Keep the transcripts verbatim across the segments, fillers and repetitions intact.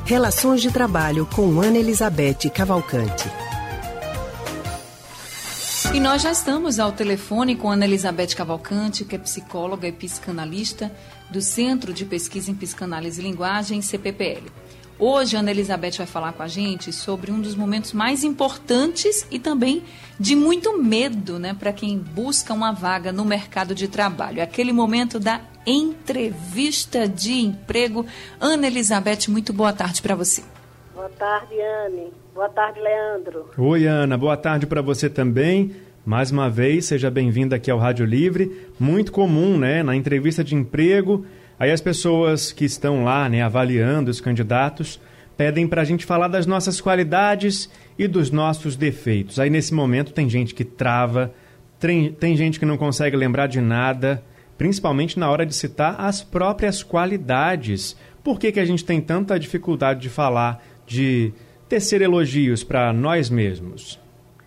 Relações de Trabalho com Ana Elizabeth Cavalcante. E nós já estamos ao telefone com Ana Elizabeth Cavalcante, que é psicóloga e psicanalista do Centro de Pesquisa em Psicanálise e Linguagem, C P P L. Hoje, a Ana Elizabeth vai falar com a gente sobre um dos momentos mais importantes e também de muito medo, né, para quem busca uma vaga no mercado de trabalho. Aquele momento da entrevista de emprego. Ana Elizabeth, muito boa tarde para você. Boa tarde, Anne. Boa tarde, Leandro. Oi, Ana. Boa tarde para você também. Mais uma vez, seja bem-vinda aqui ao Rádio Livre. Muito comum, né, na entrevista de emprego. Aí as pessoas que estão lá, né, avaliando os candidatos, pedem para a gente falar das nossas qualidades e dos nossos defeitos. Aí nesse momento tem gente que trava, tem, tem gente que não consegue lembrar de nada, principalmente na hora de citar as próprias qualidades. Por que que a gente tem tanta dificuldade de falar, de tecer elogios para nós mesmos?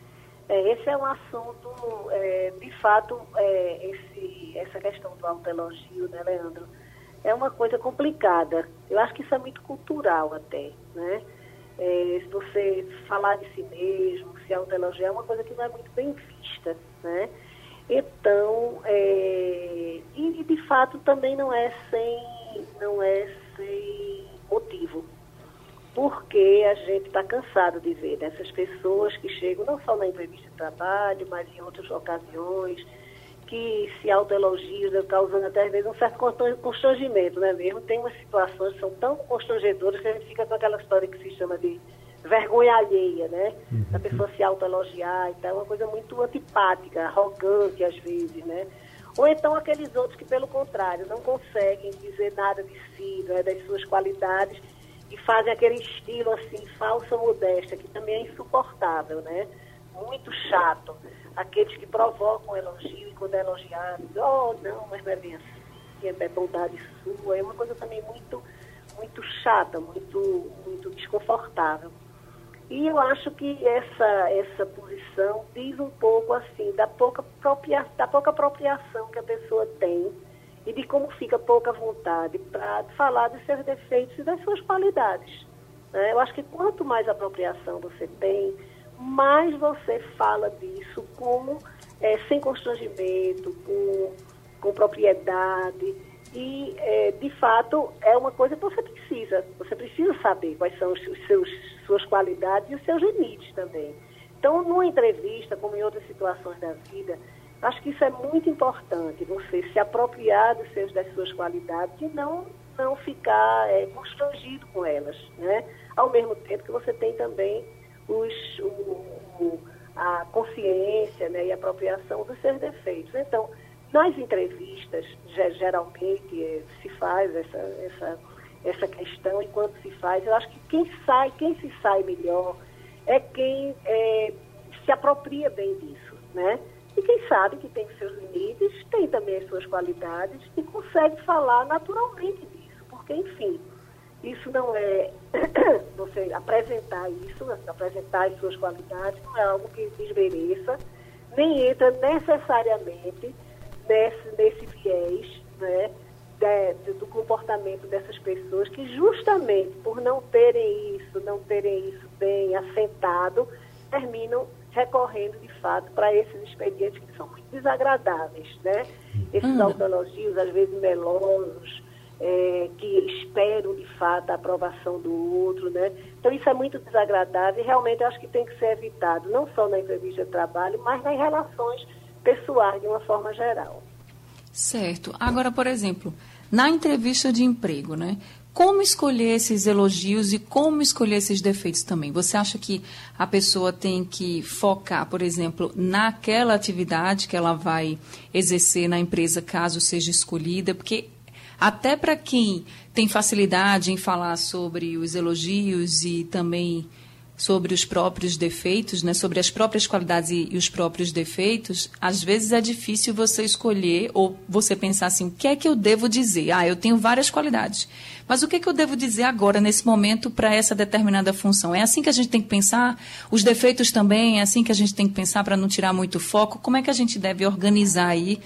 É, esse é um assunto, é, de fato, é, esse, essa questão do autoelogio, né, Leandro? É uma coisa complicada. Eu acho que isso é muito cultural até, né? É, se você falar de si mesmo, se autoelogiar, é uma coisa que não é muito bem vista, né? Então, é, e de fato também não é sem, não é sem motivo. Porque a gente está cansado de ver essas pessoas que chegam não só na entrevista de trabalho, mas em outras ocasiões, que se autoelogiam, causando até às vezes um certo constrangimento, né mesmo? Tem umas situações que são tão constrangedoras que a gente fica com aquela história que se chama de vergonha alheia, né? Uhum. A pessoa se autoelogiar, então é uma coisa muito antipática, arrogante às vezes, né? Ou então aqueles outros que, pelo contrário, não conseguem dizer nada de si, né, das suas qualidades, e fazem aquele estilo assim, falsa modéstia, que também é insuportável, né? Muito chato. Aqueles que provocam elogio e quando é elogiado, oh, não, mas não é bem assim, é bondade sua, é uma coisa também muito, muito chata, muito, muito desconfortável. E eu acho que essa, essa posição diz um pouco assim, da pouca, apropria, da pouca apropriação que a pessoa tem e de como fica pouca vontade para falar dos seus defeitos e das suas qualidades, né? Eu acho que quanto mais apropriação você tem, mais você fala disso com, é, sem constrangimento, com, com propriedade. E, é, de fato, é uma coisa que você precisa. Você precisa saber quais são os seus, suas qualidades e os seus limites também. Então, numa entrevista, como em outras situações da vida, acho que isso é muito importante, você se apropriar dos seus, das suas qualidades e não, não ficar é, constrangido com elas, né? Ao mesmo tempo que você tem também Os, o, o, a consciência, né, e a apropriação dos seus defeitos. Então, nas entrevistas, geralmente é, se faz essa, essa, essa questão, e quando se faz, eu acho que quem sai, quem se sai melhor é quem é, se apropria bem disso, né? E quem sabe que tem os seus limites, tem também as suas qualidades e consegue falar naturalmente disso, porque, enfim, isso não é, você apresentar isso, apresentar as suas qualidades, não é algo que desmereça, nem entra necessariamente nesse, nesse viés, né, de, do comportamento dessas pessoas que justamente por não terem isso, não terem isso bem assentado, terminam recorrendo de fato para esses expedientes que são muito desagradáveis, né? Esses hum. autoelogios, às vezes melosos, É, que esperam, de fato, a aprovação do outro, né? Então, isso é muito desagradável e realmente eu acho que tem que ser evitado, não só na entrevista de trabalho, mas nas relações pessoais, de uma forma geral. Certo. Agora, por exemplo, na entrevista de emprego, né? Como escolher esses elogios e como escolher esses defeitos também? Você acha que a pessoa tem que focar, por exemplo, naquela atividade que ela vai exercer na empresa, caso seja escolhida? Porque até para quem tem facilidade em falar sobre os elogios e também sobre os próprios defeitos, né, sobre as próprias qualidades e, e os próprios defeitos, às vezes é difícil você escolher ou você pensar assim, o que é que eu devo dizer? Ah, eu tenho várias qualidades, mas o que é que eu devo dizer agora, nesse momento, para essa determinada função? É assim que a gente tem que pensar? Os defeitos também, é assim que a gente tem que pensar para não tirar muito foco? Como é que a gente deve organizar aí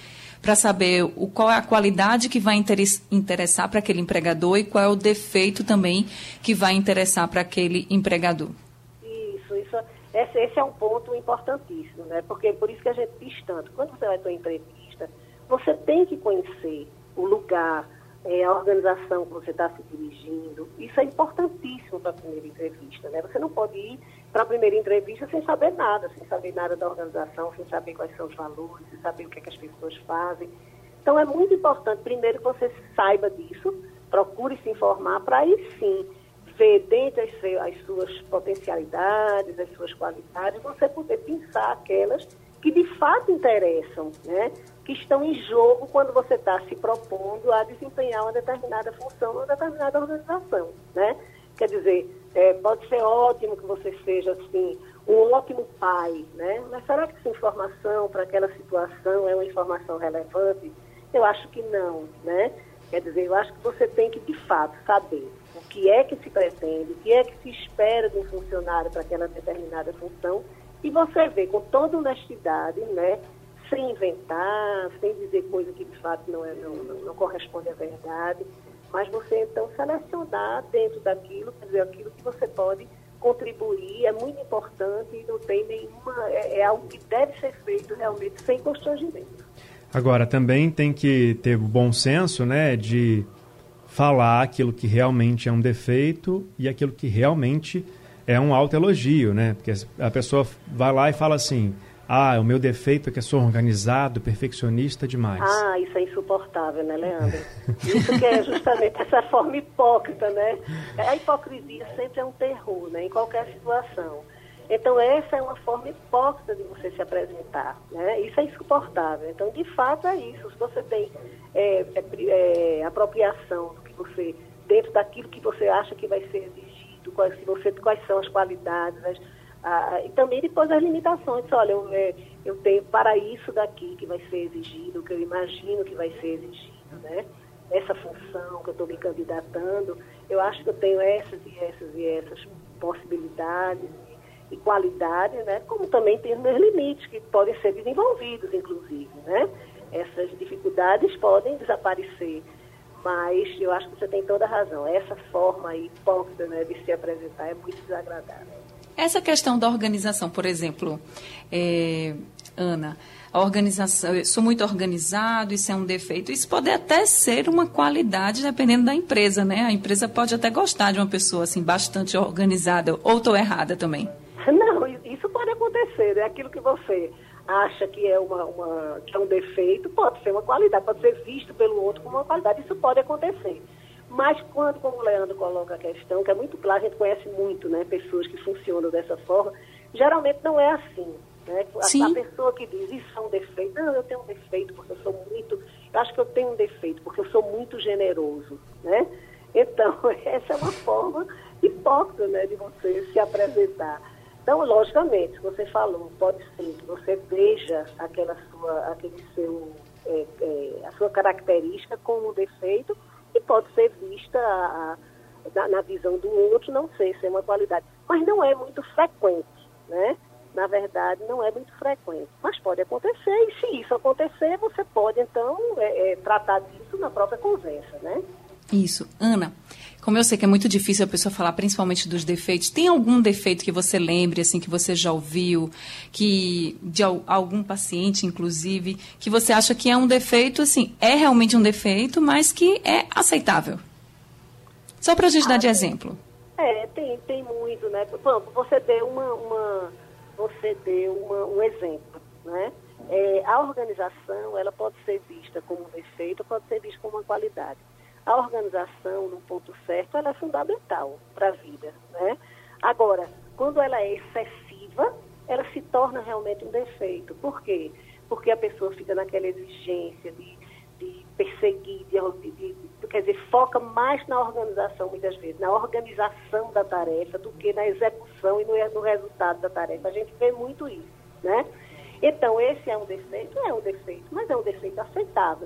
para saber o, qual é a qualidade que vai interessar para aquele empregador e qual é o defeito também que vai interessar para aquele empregador. Isso, isso esse, esse é um ponto importantíssimo, né? Porque por isso que a gente diz tanto. Quando você vai para uma entrevista, você tem que conhecer o lugar, é, a organização que você está se dirigindo. Isso é importantíssimo para a primeira entrevista, né? Você não pode ir para a primeira entrevista sem saber nada, sem saber nada da organização, sem saber quais são os valores, sem saber o que, é que as pessoas fazem. Então, é muito importante, primeiro, que você saiba disso, procure se informar, para aí sim ver dentro as, as suas potencialidades, as suas qualidades, você poder pensar aquelas que de fato interessam, né? Que estão em jogo quando você está se propondo a desempenhar uma determinada função, uma determinada organização, né? Quer dizer, é, pode ser ótimo que você seja, assim, um ótimo pai, né? Mas será que essa informação para aquela situação é uma informação relevante? Eu acho que não, né? Quer dizer, eu acho que você tem que, de fato, saber o que é que se pretende, o que é que se espera de um funcionário para aquela determinada função, e você vê com toda honestidade, né? Sem inventar, sem dizer coisa que, de fato, não, é, não, não, não corresponde à verdade, mas você, então, selecionar dentro daquilo, quer dizer, aquilo que você pode contribuir, é muito importante e não tem nenhuma, é, é algo que deve ser feito realmente sem constrangimento. Agora, também tem que ter o bom senso, né, de falar aquilo que realmente é um defeito e aquilo que realmente é um autoelogio, né? Porque a pessoa vai lá e fala assim, ah, o meu defeito é que eu sou organizado, perfeccionista demais. Ah, isso é insuportável, né, Leandro? Isso que é justamente essa forma hipócrita, né? A hipocrisia sempre é um terror, né, em qualquer situação. Então, essa é uma forma hipócrita de você se apresentar, né? Isso é insuportável. Então, de fato, é isso. Se você tem é, é, é, apropriação do que você, dentro daquilo que você acha que vai ser exigido, quais, se você, quais são as qualidades, as, a, e também depois as limitações. Olha, eu, é, eu tenho para isso daqui que vai ser exigido, que eu imagino que vai ser exigido, né? Essa função que eu estou me candidatando, eu acho que eu tenho essas e essas e essas possibilidades e qualidade, né? Como também tem os meus limites, que podem ser desenvolvidos, inclusive, né? Essas dificuldades podem desaparecer, mas eu acho que você tem toda a razão. Essa forma hipócrita, né, de se apresentar é muito desagradável. Essa questão da organização, por exemplo, é, Ana, a organização, eu sou muito organizado, isso é um defeito, isso pode até ser uma qualidade dependendo da empresa, né? A empresa pode até gostar de uma pessoa assim, bastante organizada, ou estou errada também? Não, isso pode acontecer, né? Aquilo que você acha que é, uma, uma, que é um defeito, pode ser uma qualidade, pode ser visto pelo outro como uma qualidade, isso pode acontecer. Mas quando, como o Leandro coloca a questão, que é muito claro, a gente conhece muito, né, pessoas que funcionam dessa forma, geralmente não é assim, né? A, a pessoa que diz, isso é um defeito, não, eu tenho um defeito porque eu sou muito, eu acho que eu tenho um defeito porque eu sou muito generoso, né? Então, essa é uma forma hipócrita, né, de você se apresentar. Então, logicamente, você falou, pode ser que você veja aquela sua, aquele seu, é, é, a sua característica como um defeito e pode ser vista a, a, na, na visão do outro, não sei se é uma qualidade. Mas não é muito frequente, né? Na verdade, não é muito frequente. Mas pode acontecer e se isso acontecer, você pode, então, é, é, tratar disso na própria conversa, né? Isso. Ana, como eu sei que é muito difícil a pessoa falar principalmente dos defeitos, tem algum defeito que você lembre, assim, que você já ouviu, que de algum paciente, inclusive, que você acha que é um defeito, assim, é realmente um defeito, mas que é aceitável? Só para a gente ah, dar de exemplo. É, tem, tem muito, né? Pronto, você deu, uma, uma, você deu uma, um exemplo, né? É, a organização, ela pode ser vista como um defeito, pode ser vista como uma qualidade. A organização, no ponto certo, ela é fundamental para a vida, né? Agora, quando ela é excessiva, ela se torna realmente um defeito. Por quê? Porque a pessoa fica naquela exigência de, de perseguir, de, de, de, quer dizer, foca mais na organização, muitas vezes, na organização da tarefa, do que na execução e no, no resultado da tarefa. A gente vê muito isso, né? Então, esse é um defeito? É um defeito, mas é um defeito aceitável.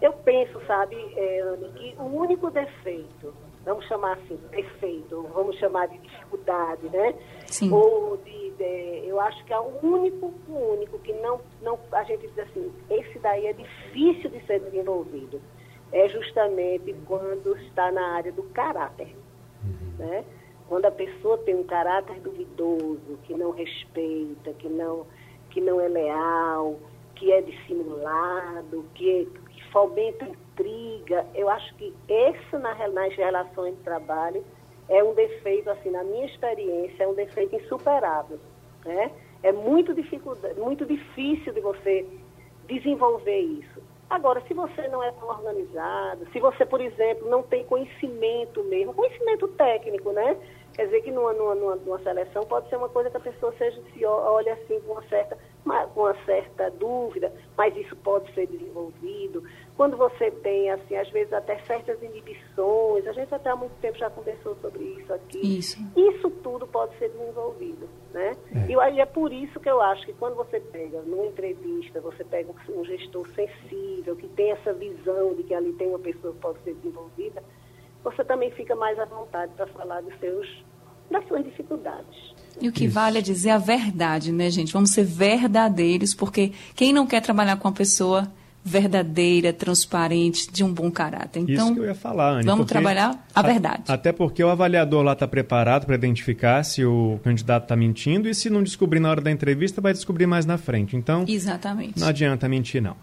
eu penso, sabe, é, Anne, que o único defeito, vamos chamar assim, defeito, vamos chamar de dificuldade, né? Sim. Ou de, de, eu acho que é o único, o único que não, não, a gente diz assim, esse daí é difícil de ser desenvolvido. É justamente quando está na área do caráter, uhum. né? Quando a pessoa tem um caráter duvidoso, que não respeita, que não, que não é leal, que é dissimulado, que, que fomenta intriga, eu acho que esse na, nas relações de trabalho é um defeito, assim, na minha experiência, é um defeito insuperável, né? É muito, dificuldade, muito difícil de você desenvolver isso. Agora, se você não é tão organizado, se você, por exemplo, não tem conhecimento mesmo, conhecimento técnico, né? Quer dizer que numa, numa, numa seleção pode ser uma coisa que a pessoa seja, se olha assim com uma certa, com uma certa dúvida, mas isso pode ser desenvolvido. Quando você tem, assim, às vezes até certas inibições, a gente até há muito tempo já conversou sobre isso aqui. Isso. Isso tudo pode ser desenvolvido, né? É. E aí é por isso que eu acho que quando você pega numa entrevista, você pega um gestor sensível, que tem essa visão de que ali tem uma pessoa que pode ser desenvolvida, você também fica mais à vontade para falar dos seus, das suas dificuldades. E o que Isso. vale é dizer a verdade, né, gente? Vamos ser verdadeiros, porque quem não quer trabalhar com uma pessoa verdadeira, transparente, de um bom caráter? Então, isso que eu ia falar, Anne. Vamos trabalhar a verdade. A, até porque o avaliador lá está preparado para identificar se o candidato está mentindo e se não descobrir na hora da entrevista, vai descobrir mais na frente. Então, exatamente. Não adianta mentir, não.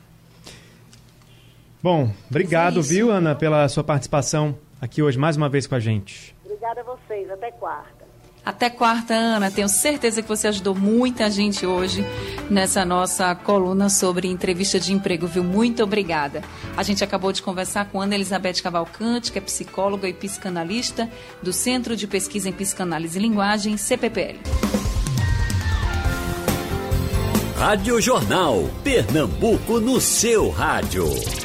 Bom, obrigado, é viu, Ana, pela sua participação aqui hoje mais uma vez com a gente. Obrigada a vocês. Até quarta. Até quarta, Ana. Tenho certeza que você ajudou muita gente hoje nessa nossa coluna sobre entrevista de emprego, viu? Muito obrigada. A gente acabou de conversar com Ana Elizabeth Cavalcante, que é psicóloga e psicanalista do Centro de Pesquisa em Psicanálise e Linguagem, C P P L. Rádio Jornal. Pernambuco no seu rádio.